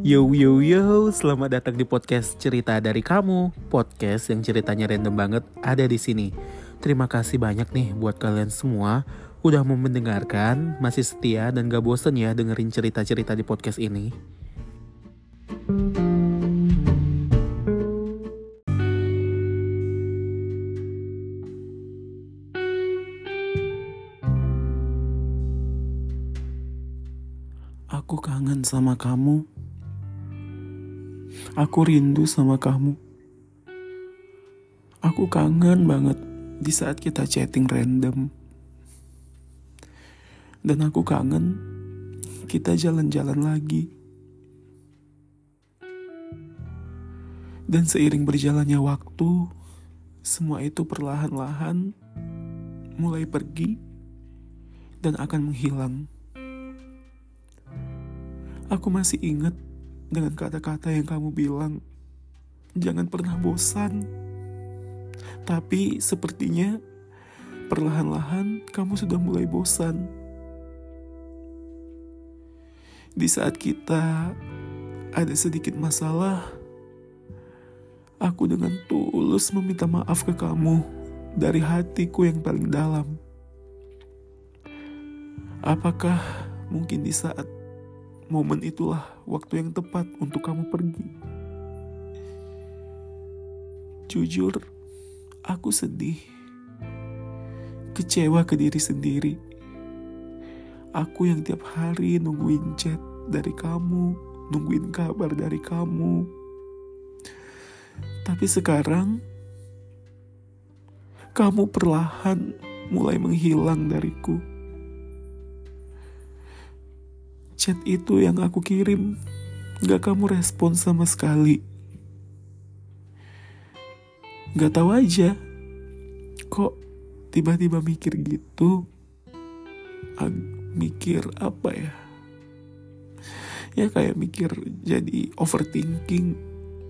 Yo yo yo, selamat datang di podcast Cerita Dari Kamu. Podcast yang ceritanya random banget ada di sini. Terima kasih banyak nih buat kalian semua udah mau mendengarkan, masih setia dan gak bosen ya dengerin cerita-cerita di podcast ini. Aku kangen sama kamu. Aku rindu sama kamu. Aku kangen banget di saat kita chatting random. Dan aku kangen kita jalan-jalan lagi. Dan seiring berjalannya waktu, semua itu perlahan-lahan mulai pergi dan akan menghilang. Aku masih ingat dengan kata-kata yang kamu bilang, jangan pernah bosan. Tapi sepertinya perlahan-lahan kamu sudah mulai bosan. Di saat kita ada sedikit masalah, aku dengan tulus meminta maaf ke kamu dari hatiku yang paling dalam. Apakah mungkin di saat momen itulah waktu yang tepat untuk kamu pergi? Jujur, aku sedih, kecewa ke diri sendiri. Aku yang tiap hari nungguin chat dari kamu, nungguin kabar dari kamu. Tapi sekarang, kamu perlahan mulai menghilang dariku. Chat itu yang aku kirim, gak kamu respon sama sekali. Gak tahu aja, kok tiba-tiba mikir gitu. Mikir apa ya? Ya kayak mikir jadi overthinking.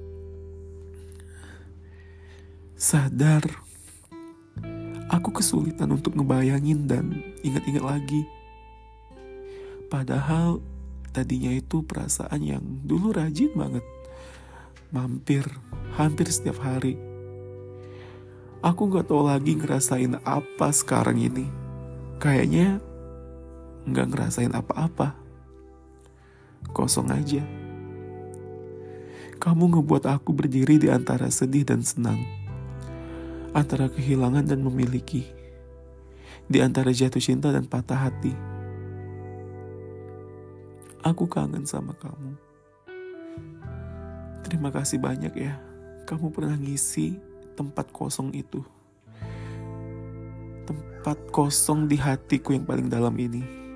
Sadar, aku kesulitan untuk ngebayangin dan ingat-ingat lagi. Padahal tadinya itu perasaan yang dulu rajin banget. Hampir setiap hari. Aku gak tahu lagi ngerasain apa sekarang ini. Kayaknya gak ngerasain apa-apa. Kosong aja. Kamu ngebuat aku berdiri di antara sedih dan senang. Antara kehilangan dan memiliki. Di antara jatuh cinta dan patah hati. Aku kangen sama kamu. Terima kasih banyak ya. Kamu pernah ngisi tempat kosong itu. Tempat kosong di hatiku yang paling dalam ini.